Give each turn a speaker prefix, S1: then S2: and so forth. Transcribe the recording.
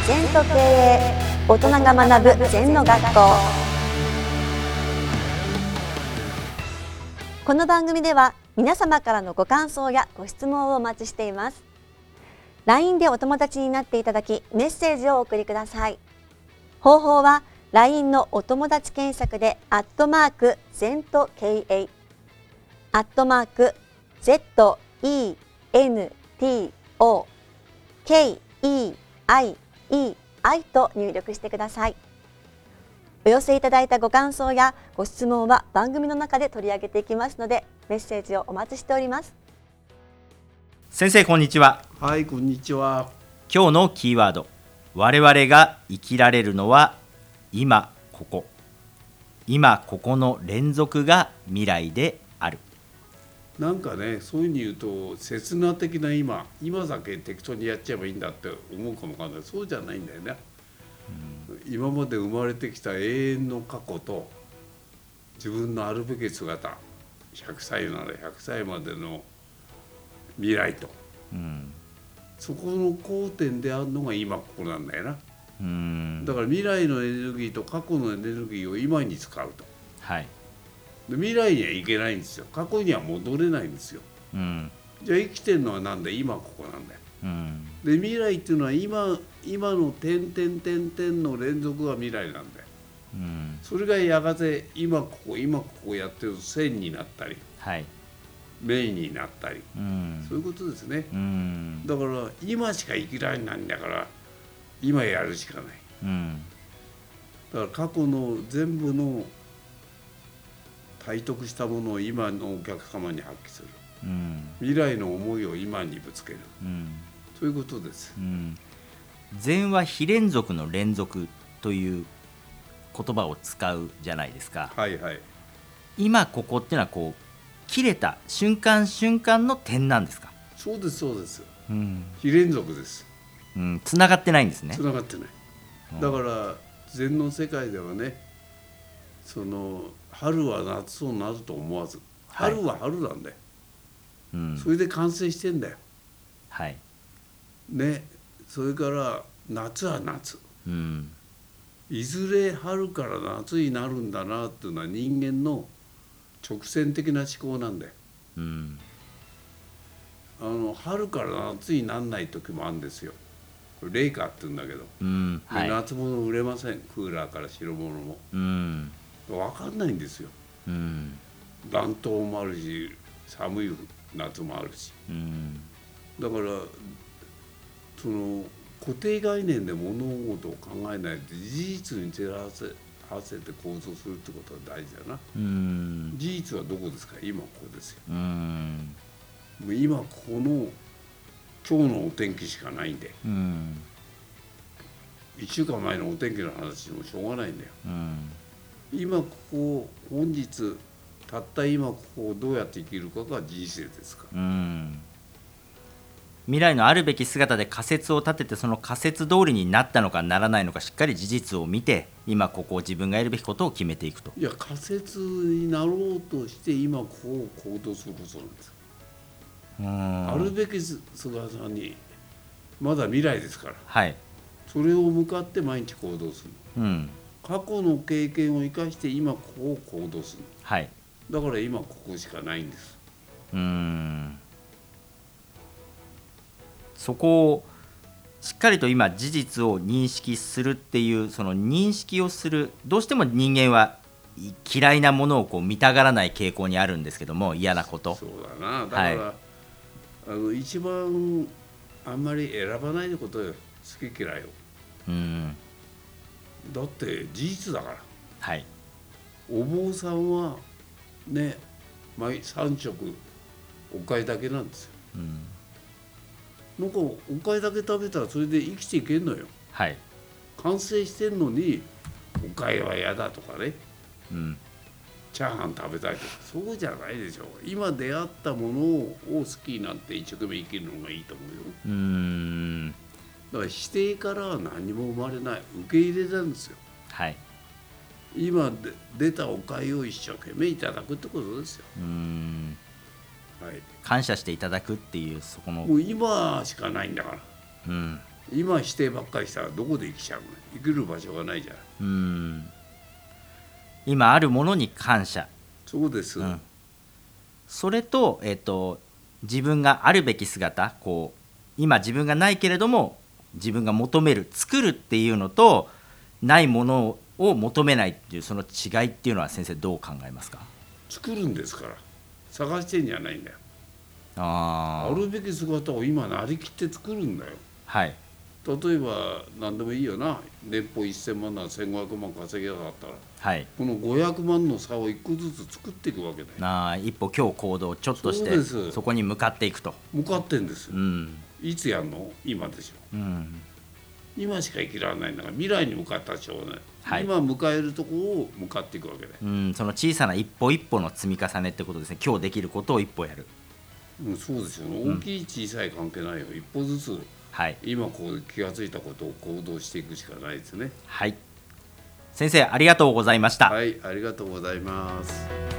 S1: 禅と経営、大人が学ぶ禅の学校。この番組では皆様からのご感想やご質問をお待ちしています。 LINE でお友達になっていただき、メッセージをお送りください。方法は LINE のお友達検索で禅と経営、ZENTOと入力してください。お寄せいただいたご感想やご質問は番組の中で取り上げていきますので、メッセージをお待ちしております。
S2: 先生、こんにちは。
S3: はい、こんにちは。
S2: 今日のキーワード、我々が生きられるのは今ここ。今ここの連続が未来である。
S3: なんかね、そういうふうに言うと刹那的な今だけ適当にやっちゃえばいいんだって思うかもわかんない。そうじゃないんだよね。今まで生まれてきた永遠の過去と自分のあるべき姿、100歳なら100歳までの未来と、そこの交点であるのが今ここなんだよな。だから未来のエネルギーと過去のエネルギーを今に使うと、
S2: はい、
S3: で未来には行けないんですよ。過去には戻れないんですよ。じゃあ生きてるのはなんだ、今ここなんだよ。で未来っていうのは今の点々点々の連続が未来なんだよ。それがやがて今ここやってると線になったり、
S2: はい、
S3: 面になったり、そういうことですね。だから今しか生きられないんだから、今やるしかない。だから過去の全部の体得したものを今のお客様に発揮する、未来の思いを今にぶつける、そういうことです。
S2: 禅は非連続の連続という言葉を使うじゃないですか。
S3: はいはい。
S2: 今ここっていうのはこう切れた瞬間瞬間の点なんですか。
S3: そうですそうです、非連続です。
S2: つながってないんですね。
S3: つながってない。だから禅の世界ではね、その春は夏をなると思わず、春は春なんだよ。それで完成してんだよ。
S2: はい
S3: ね、それから夏は夏、いずれ春から夏になるんだなっていうのは人間の直線的な思考なんだよ。春から夏にならない時もあるんですよ。これ冷夏って言うんだけど、夏物売れません。クーラーから白物も、分かんないんですよ。暖冬もあるし、寒い夏もあるし、だからその固定概念で物事を考えないで事実に照ら合わせて行動するってことは大事だな。事実はどこですか。今ここですよ。もう今ここの今日のお天気しかないんで、1週間前のお天気の話もしょうがないんだよ。今ここ本日たった今ここをどうやって生きるかが人生ですから。
S2: 未来のあるべき姿で仮説を立てて、その仮説通りになったのかならないのかしっかり事実を見て、今ここを自分がやるべきことを決めていくと。
S3: いや、仮説になろうとして今ここを行動することなんです。あるべき姿にまだ未来ですから、それを向かって毎日行動する。過去の経験を生かして今ここを行動する。だから今ここしかないんです。
S2: そこをしっかりと今事実を認識するっていう、その認識をする、どうしても人間は嫌いなものをこう見たがらない傾向にあるんですけども、嫌なこと。
S3: そうだな。だから、一番あんまり選ばないでことよ、好き嫌いを。だって事実だから。お坊さんはね、毎3食おかゆだけなんですよ。なんかおかゆだけ食べたらそれで生きていけんのよ。完成してんのにおかゆは嫌だとかね、チャーハン食べたいとか、そうじゃないでしょ。今出会ったものを好きになって一生懸命生きるのがいいと思うよ。だから否定からは何も生まれない、受け入れなんですよ。今出たおかゆを一生懸命いただくってことですよ。
S2: 感謝していただくっていう、そこの
S3: もう今しかないんだから。 今否定ばっかりしたらどこで生きちゃうの？生きる場所がないじゃん。
S2: 今あるものに感謝。
S3: そうです、
S2: それと、自分があるべき姿、こう今自分がないけれども自分が求める作るっていうのと、ないものを求めないっていうその違いっていうのは先生どう考えますか？
S3: 作るんですから探してんじゃないんだよ。
S2: あ
S3: るべき姿を今なりきって作るんだよ。
S2: はい。
S3: 例えば何でもいいよな。年俸1000万なら1500万稼ぎやがったら、
S2: はい、
S3: この500万の差を1個ずつ作っていくわけだよ。
S2: 一歩今日行動ちょっとしてそこに向かっていくと。
S3: 向かってんですよ、いつやんの？今でしょ、今しか生きられないんだから、未来に向かったしょうがない、はい、今迎えるとこを向かっていくわけだよ。
S2: その小さな一歩一歩の積み重ねってことですね。今日できることを一歩やる。
S3: そうですよ、大きい小さい関係ないよ。一歩ずつ、はい、今こう気がついたことを行動していくしかないですね。
S2: はい、先生ありがとうございました。
S3: はい、ありがとうございます。